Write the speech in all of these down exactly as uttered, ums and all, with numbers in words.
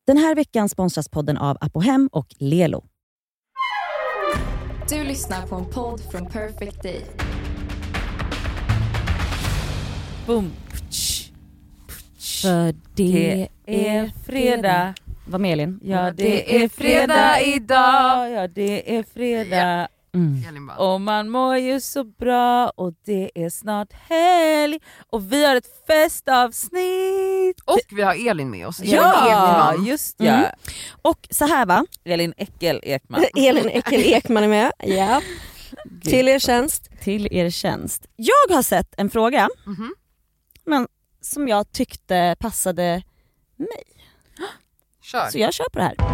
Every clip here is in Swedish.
Den här veckan sponsras podden av Apohem och Lelo. Du lyssnar på en podd från Perfect Day. Boom. För det, det är fredag. Vad med Elin? Ja, det är fredag idag. Ja, det är fredag. Mm. Och man mår ju så bra. Och det är snart helg. Och vi har ett festavsnitt. Och vi har Elin med oss. Elin Ja, Ekman. just ja. Mm. Och så här va? Elin Äckel Ekman. Elin Äckel Ekman är med. Ja. Till er tjänst. Till er tjänst. Jag har sett en fråga Mm-hmm. men som jag tyckte passade mig. Kör. Så jag kör på det här.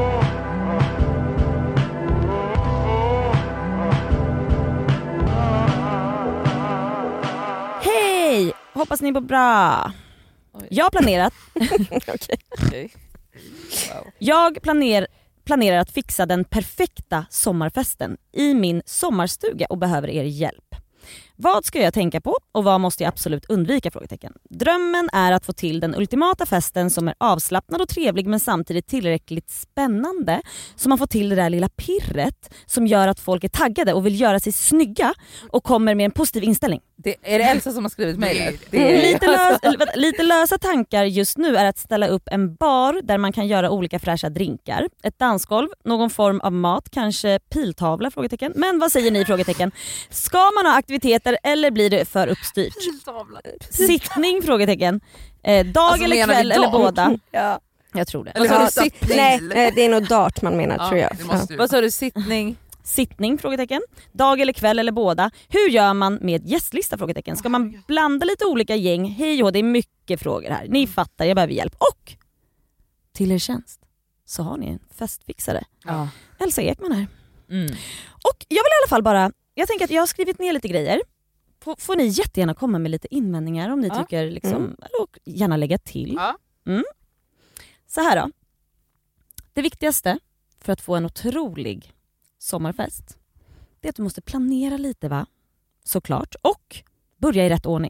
Hej! Hoppas ni mår bra. Oj. Jag har planerat Okej. Okay. Wow. Jag planer, planerar att fixa den perfekta sommarfesten i min sommarstuga och behöver er hjälp. Vad ska jag tänka på och vad måste jag absolut undvika? Frågetecken. Drömmen är att få till den ultimata festen som är avslappnad och trevlig men samtidigt tillräckligt spännande så man får till det där lilla pirret som gör att folk är taggade och vill göra sig snygga och kommer med en positiv inställning. Det, är det Elsa som har skrivit mejlet? Lite, lös, eller, vänta, lite lösa tankar just nu är att ställa upp en bar där man kan göra olika fräscha drinkar, ett dansgolv, någon form av mat, kanske piltavla? Frågetecken. Men vad säger ni? Frågetecken. Ska man ha aktiviteter eller blir det för uppstyrt? Sittning? Frågetecken. Eh, dag Alltså, eller menar vi kväll eller dag? båda? Ja. Jag tror det. Eller sa du sittning? Nej, nej, det är nog dart man menar, Ja, tror jag. det måste du. Vad sa du? Sittning? Sittning? Frågetecken. Dag eller kväll eller båda? Hur gör man med gästlista? Frågetecken. Ska man blanda lite olika gäng? Hej och det är mycket frågor här. Ni fattar, jag behöver hjälp. Och till er tjänst så har ni en festfixare. Ja. Elsa Ekman här. Mm. Och jag vill i alla fall bara, jag tänker att jag har skrivit ner lite grejer. Får, får ni jättegärna komma med lite invändningar om ni Ja. tycker liksom, Mm. eller gärna lägga till. Ja. Mm. Så här då. Det viktigaste för att få en otrolig sommarfest, det är att du måste planera lite, va? Såklart. Och börja i rätt ordning.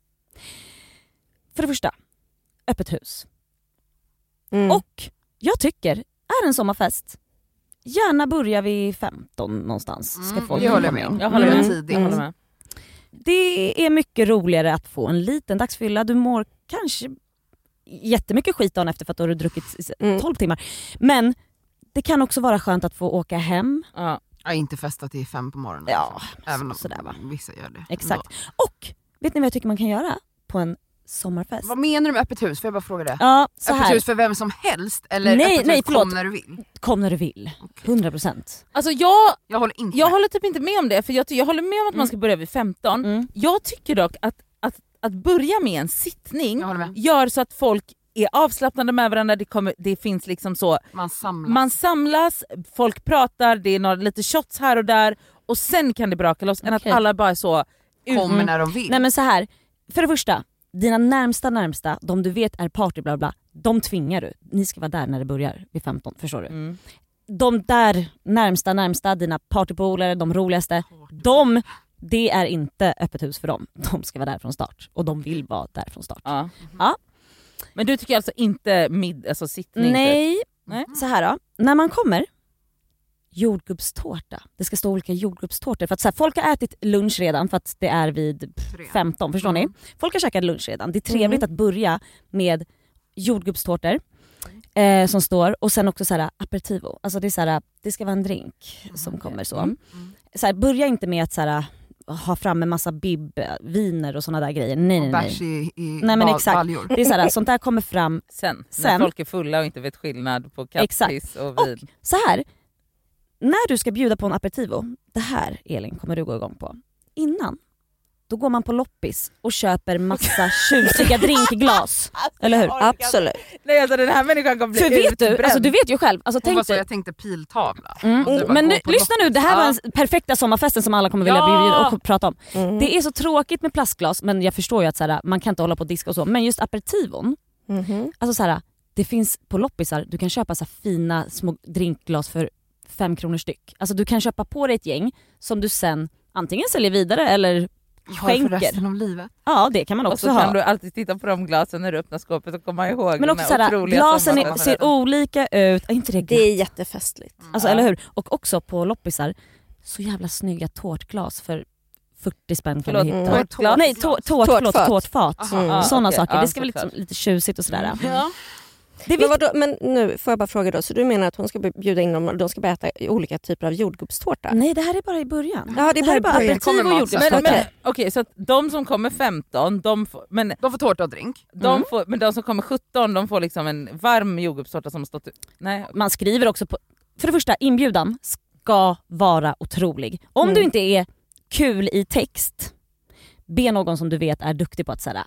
För det första, öppet hus. Mm. Och jag tycker, är en sommarfest, gärna börja vid femton någonstans. Ska Mm, folk det håller jag komma med in. om. Jag håller Mm. med. Tidigt. Jag håller med. Det är mycket roligare att få en liten dagsfylla. Du mår kanske jättemycket skit dagen efter för att du har druckit Mm. tolv timmar. Men det kan också vara skönt att få åka hem. Ja. Jag har inte festat till fem på morgonen. Ja, Även om sådär, va? vissa gör det. Exakt. Ändå. Och vet ni vad jag tycker man kan göra på en sommarfest? Vad menar du med öppet hus? Får jag bara fråga det? Ja, så öppet här. hus för vem som helst? Eller Nej, öppet nej, hus förlåt. kom när du vill? Kom när du vill. hundra procent. Alltså jag, Jag håller inte jag med. håller typ inte med om det, för jag, jag håller med om att man ska börja vid femton. Mm. Jag tycker dock att, att, att börja med en sittning Jag håller med. gör så att folk är avslappnade med varandra. Det, kommer, det finns liksom så, Man samlas. man samlas, folk pratar, det är några, lite shots här och där och sen kan det braka loss än att Okej. alla bara är så kommer när de vill. Nej men så här. För det första, dina närmsta närmsta, de du vet är party bla bla, de tvingar du. Ni ska vara där när det börjar vid femton, förstår du? Mm. De där närmsta närmsta, dina partypolare, de roligaste, de, det är inte öppet hus för dem. De ska vara där från start och de vill vara där från start. Ja. Ja. Men du tycker alltså inte mid, alltså sittning? Nej, Typ? Nej. så här då. När man kommer, jordgubbstårta. Det ska stå olika jordgubbstårtor. För att så här, folk har ätit lunch redan för att det är vid Tre. femton, förstår Mm. ni? Folk har käkat lunch redan. Det är trevligt Mm. att börja med jordgubbstårtor eh, som står och sen också så här aperitivo. Alltså det är så här, det ska vara en drink som kommer så. Mm. Så här, börja inte med att så här, ha fram en massa bib, viner och såna där grejer. Nej nej Och nej. bärs i, i Nej, men bal- exakt. baljor. Det är så här, sånt där kommer fram. Sen, Sen. när folk är fulla och inte vet skillnad på Exakt. kattpiss och vin. Så här, när du ska bjuda på en aperitivo, det här Elin kommer du gå igång på. Innan, då går man på loppis och köper massa tjusiga drinkglas. Eller hur? Absolut. Nej alltså den här människan kommer bli För vet du, utbränd. alltså du vet ju själv. Alltså, Hon tänk var så, dig. jag tänkte piltavla. Mm. Och du bara Men går nu, på lyssna nu, loppis. det här var Ja. den perfekta sommarfesten som alla kommer vilja Ja. bjuda och prata om. Mm. Det är så tråkigt med plastglas, men jag förstår ju att så här, man kan inte hålla på och diska och så. Men just aperitivon, Mhm. alltså så här, det finns på loppisar, du kan köpa så här fina små drinkglas för fem kronor styck. Alltså du kan köpa på dig ett gäng som du sen antingen säljer vidare eller För skänker. resten av livet. Ja, det kan man Och också så ha. kan du alltid titta på de glasen när du öppnar skåpet och komma ihåg. Men också den såhär, här otroliga glasen är, sommarfesten. ser olika ut. Är inte det Det är jättefestligt. Alltså Ja. eller hur? Och också på loppisar, så jävla snygga tårtglas för fyrtio spänn kan Förlåt, du hitta. Mm. tårtglas? Nej, tå- tårt, förlåt, Tårtfat. tårtfat. Aha. Mm. Sådana okej. saker. Ja, Det ska vara liksom såklart. lite tjusigt och sådär. Ja. Det är Men, viktigt. vadå, men nu får jag bara fråga då, så du menar att hon ska bjuda in dem och de ska börja äta olika typer av jordgubbstårta? Nej, det här är bara i början. Ja, det är det här är bara bara i början. aperitiv och Kommer mat jordgubbstårta. Men, men, Okej. okej, så att de som kommer femton, de får, men, De får tårta och drink. de Mm. får, men de som kommer sjutton, de får liksom en varm jordgubbstårta som har stått ut. Nej. Man skriver också på, för det första, inbjudan ska vara otrolig. Om Mm. du inte är kul i text, be någon som du vet är duktig på att säga,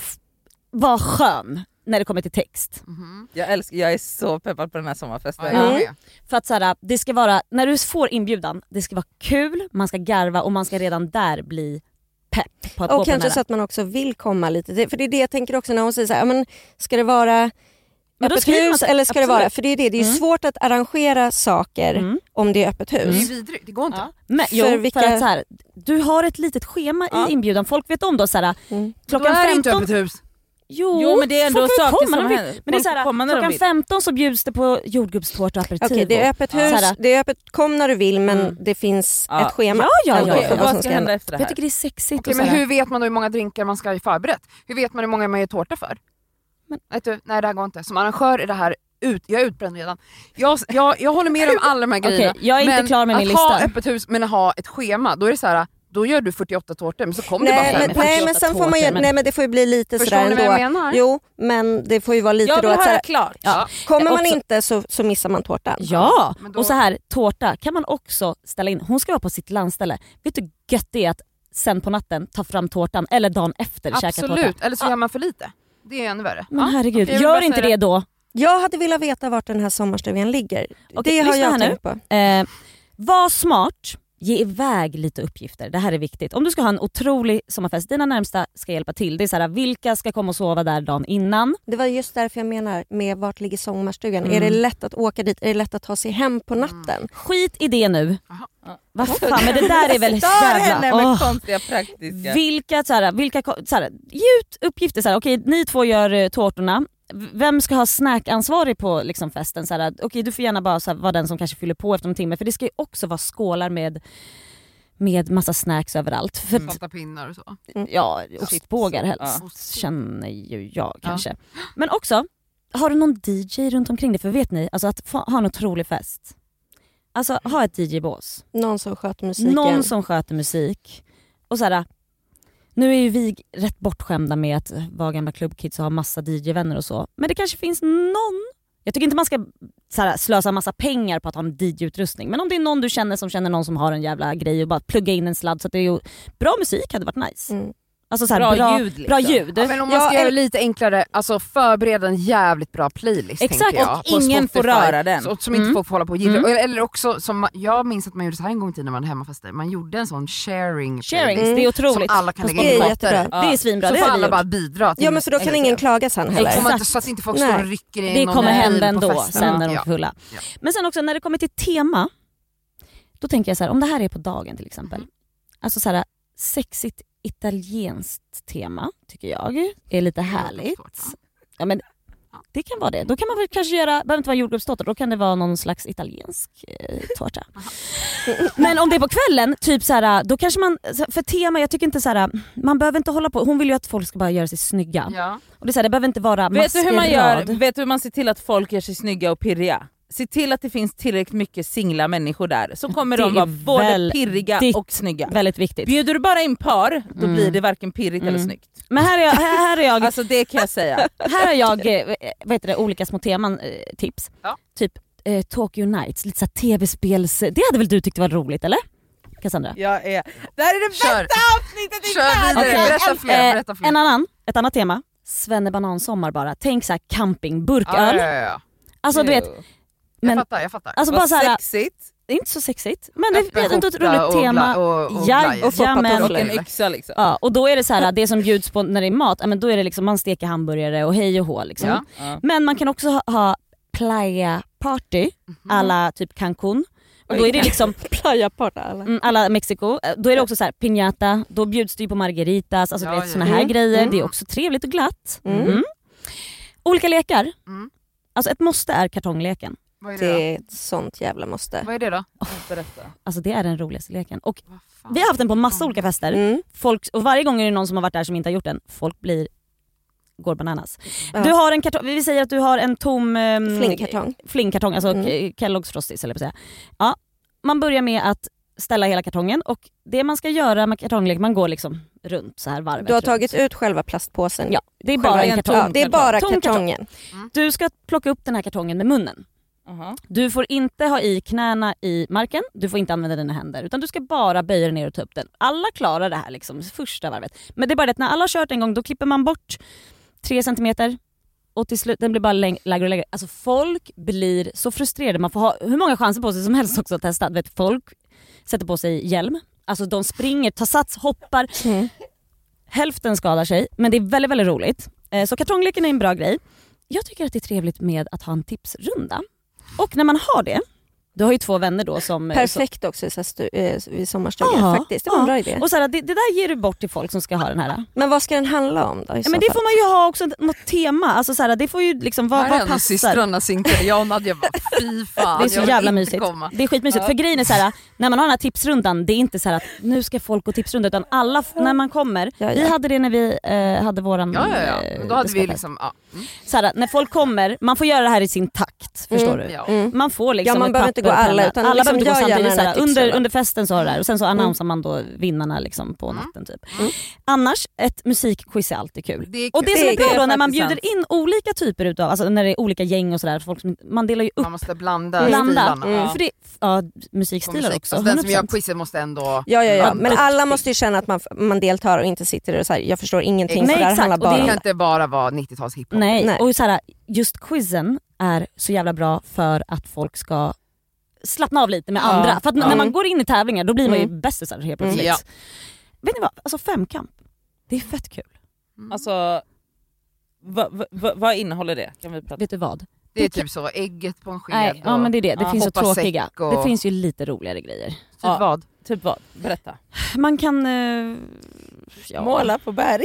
var skön när det kommer till text. Mhm. Jag, älskar, jag är så peppad på den här sommarfesten. Ja, jag Mm. med. För att såhär, det ska vara, när du får inbjudan, det ska vara kul, man ska garva och man ska redan där bli pepp på att gå Och på den kanske här. så att man också vill komma lite, det- för det är det jag tänker också när hon säger så här, ja, men ska det vara Ja, då öppet skriver man hus så- eller ska det absolut. vara, för det är det, det är Mm. svårt att arrangera saker Mm. om det är öppet Det är hus. ju vidrigt, det går inte. Ja. Men, För jo, för, vilka- att så här, du har ett litet schema Ja. i inbjudan, folk vet om då såhär, Mm. Då klockan är det inte femton. öppet hus. Jo, Jo, men det är ändå folk får ju saker komma som när de vill. händer. Men det är Folk såhär, får komma när de klockan vill. femton så bjuds det på jordgubbstårta och aperitivo. Okej, det är öppet hus, Såhär. det är öppet, kom när du vill men Mm. det finns Ja. ett schema. Ja, ja, ändå ja, för ja. Okej, vad vad som ska ska hända hända. efter det Jag här? tycker det är sexigt. Okej, och men såhär. hur vet man då hur många drinkar man ska ha förberett? Hur vet man hur många man gör tårta för? Men- Vet du, nej det här går inte. Som arrangör är det här ut, jag är utbränd redan. Jag, jag, jag håller med om alla de här grejerna. Okej, jag är inte men klar med min att ha lista. öppet hus men att ha ett schema, då är det så här. Då gör du fyrtioåtta tårtor men så kommer det bara Nej fem. men, med nej men fyrtioåtta sen får man ju, tårtor, men- nej men det får ju bli lite Förstår sådär ni vad jag ändå. menar? Jo men det får ju vara lite Jag då vill att höra såhär, klart. Ja. kommer man också- inte så, så missar man tårtan. Ja, Men då- och så här tårta kan man också ställa in. Hon ska vara på sitt landställe. Vet du hur gött det är att sen på natten ta fram tårtan eller dagen efter käka tårta? Absolut, eller så gör man för lite. Det är ännu värre. Men Ja. herregud, Okej, jag vill gör bara inte säga det då. Jag hade velat veta vart den här sommarstugan ligger. Okej, det har lyssna här jag nu. tänkt på. Eh, var smart, ge iväg lite uppgifter. Det här är viktigt. Om du ska ha en otrolig sommarfest, dina närmsta ska hjälpa till. Det är så här, vilka ska komma och sova där dagen innan? Det var just därför jag menar med vart ligger sommarstugan. Mm. Är det lätt att åka dit? Är det lätt att ta sig hem på natten? Skit i det nu. Aha. Vad fan, men det där är väl Stör henne jävla... med Åh. konstiga praktiska. Vilka, så här, vilka så här, ge ut uppgifter. Så här, okej, ni två gör uh, tårtorna. V- Vem ska ha snackansvarig på liksom, festen? Så här, okej, du får gärna bara så här, vara den som kanske fyller på efter en timme. För det ska ju också vara skålar med, med massa snacks överallt. För, att- Salta pinnar och så. ja, ostbågar helst Ja. känner ju jag kanske. Men också, har du någon D J runt omkring dig? För vet ni, alltså att få, ha en otrolig fest. Alltså ha ett D J-bås. Någon som sköter musiken. Någon som sköter musik. Och så här, nu är ju vi rätt bortskämda med att vara gamla klubbkids och ha massa D J-vänner och så. Men det kanske finns någon. Jag tycker inte man ska så här, slösa massa pengar på att ha en D J-utrustning. Men om det är någon du känner som känner någon som har en jävla grej och bara plugga in en sladd så att det är ju bra musik hade varit nice. Mm. Alltså så här, Bra bra, ljud, liksom. bra ljud. Ja, men om man Ja, ska göra eller- det lite enklare, alltså förbereda en jävligt bra playlist. Exakt, tänker jag, och på ingen får Spotify, röra den. Så, som Mm. inte folk får hålla på och gilla. Mm. Eller, eller också, som man- jag minns att man gjorde så här en gång i tiden när man hade hemmafester. Man gjorde en sån sharing, Sharing, playlist det är otroligt. som alla kan På lägga Det är in jättebra. låtar. Det är svinbra, Så det får har vi alla gjort. bara bidra till Ja men för då kan musik. ingen klaga sen heller. Och man, Exakt. så att inte folk Nej. står och rycker in Det någon kommer bil hända på ändå festen. sen när de Ja. är fulla. Ja. Men sen också när det kommer till tema, då tänker jag så här, om det här är på dagen till exempel. Mm. Alltså så här, sexigt italienskt tema tycker jag är lite härligt. Ja, men det kan vara det. Då kan man väl kanske göra, behöver inte vara jordgubbstårta, då kan det vara någon slags italiensk eh, tårta. Men om det är på kvällen, typ så här, då kanske man, för tema, jag tycker inte så här, man behöver inte hålla på, hon vill ju att folk ska bara göra sig snygga. Ja. Och det är så här, det behöver inte vara Vet du hur man maskerad. gör? Vet du hur man ser till att folk gör sig snygga och pirriga? Se till att det finns tillräckligt mycket singla människor där, så kommer Det de vara är både väldigt pirriga och snygga. Väldigt viktigt. Bjuder du bara in par, då Mm. blir det varken pirrigt eller Mm. snyggt. Men här är jag, här, här är jag Alltså det kan jag säga. Här har jag eh, vad heter det, olika små teman eh, tips. Ja. Typ eh, Tokyo Nights, lite såhär tv-spels... Det hade väl du tyckt var roligt eller? Cassandra? Jag är... Det här är det bästa Kör. avsnittet i Kör världen! vidare, Okej. berätta fler. Eh, Berätta fler. en annan, ett annat tema. Svennebanansommar bara. Tänk såhär camping, burköl. Ja, ja, ja, ja. Alltså du vet, Jo. Jag men fattar, jag fattar. alltså Vad bara såhär, sexigt. det är inte så sexigt. Men det Öppen är ändå ett skjorta roligt och tema. gla- och- och Ja, glajer. och jamen. Och en yxa liksom. Ja, och då är det så här, det som bjuds på när det är mat, ja, men då är det liksom man steker hamburgare och hej och hå liksom. Ja. Ja. Men man kan också ha, ha playa party Mhm. alla typ Cancun. Och då är det liksom Playa-party alla. mm, alla Mexiko. Då är det också så här piñata, då bjuds det ju på margaritas, alltså Ja, du vet, ja. såna här Mm. grejer. Mm. Det är också trevligt och glatt. Mm. Mm. Olika lekar. Mm. Alltså ett måste är kartongleken. Vad är det, Det då? är ett sånt jävla måste. Vad är det då? Berätta. Alltså det är den roligaste leken. Och Vad fan? vi har haft den på massa olika fester. Mm. Folk, och varje gång är det någon som har varit där som inte har gjort den. Folk blir går bananas. Ja. Du har en kartong, vi säger att du har en tom um, Flingkartong. flingkartong, alltså Mm. mm. Kellogg's Frosties eller på att säga. Ja, man börjar med att ställa hela kartongen och det man ska göra med kartonglek, man går liksom runt så här varvet. Du har runt. tagit ut själva plastpåsen. Ja, det är Själva bara en en kartong. Ja, det är bara Tom kartong. kartongen. Du ska plocka upp den här kartongen med munnen. Uh-huh. Du får inte ha i knäna i marken, du får inte använda dina händer utan du ska bara böja dig ner och ta upp den. Alla klarar det här liksom första varvet. Men det är bara det att när alla har kört en gång då klipper man bort tre centimeter och till slut den blir bara läng- lägre och lägre. Alltså folk blir så frustrerade. Man får ha hur många chanser på sig som helst också att testa. Vet, folk sätter på sig hjälm. Alltså de springer, tar sats, hoppar. Mm. Hälften skadar sig men det är väldigt väldigt roligt. Eh, Så kartongleken är en bra grej. Jag tycker att det är trevligt med att ha en tipsrunda. Och när man har det, du har ju två vänner då som... Perfekt också i så här stu- eh, vid sommarstugan Ja, faktiskt. Det var en ja. bra idé. Och så här, det, det där ger du bort till folk som ska ha den här. Men vad ska den handla om då i Ja, så men det fall? får man ju ha också något tema. Alltså så här, det får ju liksom, vad, Här är vad ändå passar? systrarna synkade. Jag och Nadja bara fy fan. Det är så jag vill jävla inte mysigt. komma. Det är skitmysigt. Ja. För grejen är så här, när man har den här tipsrundan, det är inte så här att nu ska folk gå tipsrunda utan alla, när man kommer, Ja, ja. vi hade det när vi eh, hade våran Ja, ja, ja. eh, Men då hade vi beskattning. liksom... Ja. Mm. Så här, när folk kommer, man får göra det här i sin takt, förstår Mm. du? Ja. Mm. Man får liksom Ja, man ett behöver inte papper gå och alla, penna. utan alla liksom behöver inte gå jag gärna samtidigt. den Så här här, under, tipsrundan. under festen så har det där och sen så Mm. annonsar man då vinnarna liksom på natten typ. Mm. Annars, ett musikquiz är alltid kul. Det är kul. Och det som Det är är- bra det är då när man faktiskt bjuder in olika typer utav, alltså när det är olika gäng och sådär, folk som, man delar ju upp, Man måste blanda blanda. stilarna. Mm. Ja. För det, ja, På musikstilar musik. också. Alltså, den som gör hundra procent. quizet måste ändå... Ja, ja, ja. Ja, Men alla måste ju känna att man, man deltar och inte sitter där och så här, jag förstår ingenting Nej, för det här exakt. handlar Och bara det Det om kan det. inte bara vara nittio-tals hiphop. Nej, Nej. och så här, just quizen är så jävla bra för att folk ska slappna av lite med Ja. andra. För att Ja. när man går in i tävlingar då blir man ju Mm. bästisar helt plötsligt. Mm. Vet ni vad? Alltså femkamp, det är fett kul. Mm. Alltså, vad va, va, vad innehåller det? Kan vi prata? Vet du vad? Det är typ så, ägget på en sked. Nej, ja men det är det. Det Ja, finns så hoppa tråkiga. säck och- Det finns ju lite roligare grejer. Typ Ja. vad? Typ vad? Berätta. Man kan... Eh, ja, Måla på berg.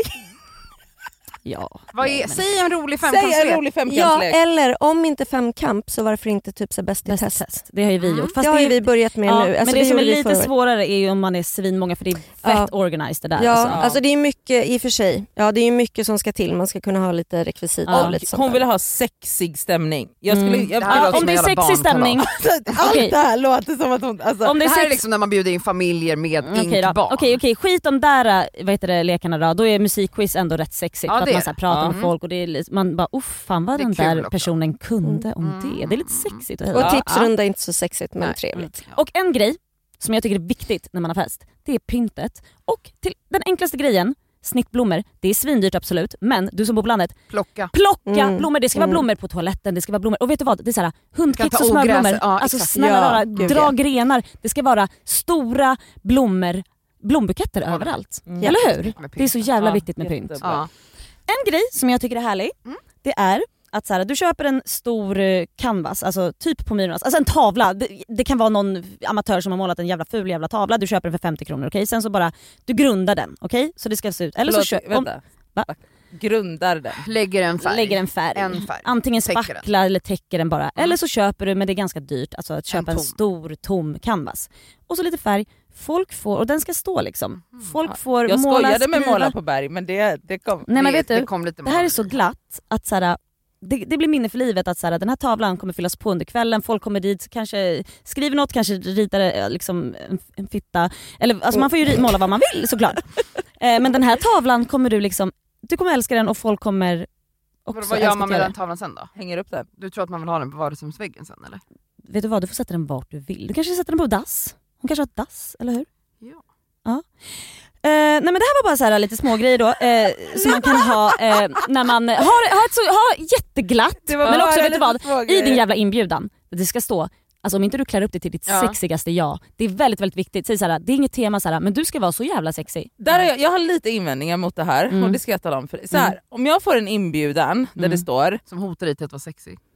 Ja. Vad nej, är, men- säg en rolig Säg en femkampslek. rolig Ja, femkampslek. eller om inte femkamp så varför inte typ så bäst i Bäst test. test. Det har ju vi Mm. gjort. Fast Det har ju är- vi börjat med ja, nu. Alltså, men det vi som är gjorde lite förra året. svårare är ju om man är svinmånga för det är fett Ja. organized det där. Ja, Alltså. alltså det är mycket i och för sig. Ja, det är mycket som ska till. Man ska kunna ha lite rekvisit Ja. och lite sånt Hon där. ville ha sexig stämning. Jag skulle, Mm. jag Det här skulle låter Om som det är en jävla sexig barnkalas. stämning, Allt Okej. det här låter som att hon... Alltså, om det Det är här är sex... liksom när man bjuder in familjer med Okej då, inkbarn. okej, okej. Skit om där vad heter det, lekarna då. Då är musikquiz ändå rätt sexigt Ja, för det att man är så här, det. pratar Ja. med folk och det är, li- man bara uff fan vad Det är den kul där också. personen kunde om Mm. det. Det är lite sexigt. Och Ja. tipsrunda är inte så sexigt men Nej. trevligt. Ja. Och en grej som jag tycker är viktigt när man har fest, det är pyntet. Och till den enklaste grejen, snittblommor, det är svindyrt absolut, men du som bor på landet, Plocka. plocka Mm. blommor. Det ska vara Mm. blommor på toaletten, det ska vara blommor. Och vet du vad? Det är såhär Kan hundkex ta och smörblommor. ogräs. Ja, alltså exakt. snälla Ja, rara, gud, dra ja. grenar. Det ska vara stora blommor, blombuketter Ja. överallt. Mm. Eller hur? Med pynt. Det är så jävla Ja, viktigt med pynt. jättebra. Ja. En grej som jag tycker är härlig, Mm. det är att så här, du köper en stor eh, canvas, alltså typ på Myrornas, alltså en tavla. Det, det kan vara någon amatör som har målat en jävla ful jävla tavla, du köper den för femtio kronor, okej? Sen så bara, du grundar den, okej? Så det ska se ut, eller Förlåt, så köp, om, vänta. Va? Grundar den. Lägger en färg. lägger en färg. En färg. Antingen Täcker spackla eller täcker den bara. Eller så köper du, men det är ganska dyrt, alltså att köpa en, tom. stor tom canvas. Och så lite färg. Folk får, och den ska stå liksom. Folk Ja. får Jag måla, skojade med skriva. måla på berg men det, det kom. Nej men vet det, du, det, kom lite det här är mål. så glatt att såhär, det, det blir minne för livet att såhär, den här tavlan kommer fyllas på under kvällen, folk kommer dit, kanske skriver något, kanske ritar eh, liksom en, en fitta. Eller, alltså man får ju ri- måla vad man vill såklart. eh, men den här tavlan kommer du liksom, du kommer älska den och folk kommer också Vad, vad gör älska man att med göra den tavlan sen då? Hänger upp den. Du tror att man vill ha den på vardagsrumsväggen sen eller? det. Vet du vad, du får sätta den vart du vill. Du kanske sätter den på dass. Hon kanske har ett dass, eller hur? Ja. Ja. Eh, nej men det här var bara så här lite små grejer då eh, som man kan ha eh, när man har, har, ett så, har jätteglatt. Det var Men bara också vet lite du vad, små i grejer. din jävla inbjudan, det ska stå, alltså om inte du klär upp dig till ditt Ja. sexigaste jag, det är väldigt väldigt viktigt. Säg såhär, det är inget tema såhär, men du ska vara så jävla sexig. Där har jag, jag har lite invändningar mot det här Mm. och det ska jag tala om för dig. Så här, Mm. om jag får en inbjudan där Mm. det står Som hotar dig till att vara sexig.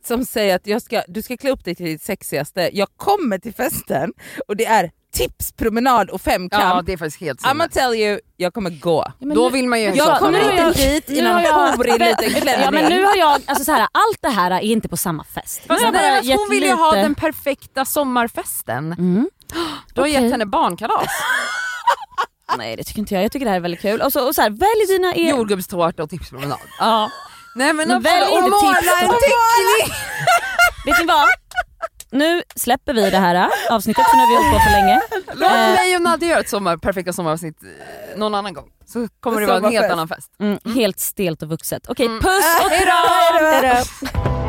som säger att jag ska, du ska klä upp dig till ditt sexigaste. Jag kommer till festen och det är tipspromenad och femkamp. Ja, det är faktiskt helt I'm gonna sinnes. tell you, jag kommer gå. Ja, men Då nu- vill man ju Jag så kommer fall- inte jag- dit i nu någon har jag- horig liten klänning. Ja, men nu har jag, alltså så här, allt det här är inte på samma fest. Nu Fast har jag nej, bara att gett hon vill ju lite... ha den perfekta sommarfesten. Mm. Du har Okej. gett henne barnkalas. Nej det tycker inte jag, jag tycker det här är väldigt kul. Och så, och så här, välj dina egna... Jordgubbstårta och tipspromenad. Ja. Nej men, Men välj absolut. inte Och måla tips en då. teckning. Vet ni vad? Nu släpper vi det här avsnittet för nu har vi hållit på för länge. Låt Eh, mig och Nadia göra ett sommar, perfekta sommaravsnitt eh, någon annan gång. Så kommer det vara en helt Sommarfest. annan fest. Mm, helt stelt och vuxet. Okej, Mm. puss och Hej då, kram! hej då. Hejdå.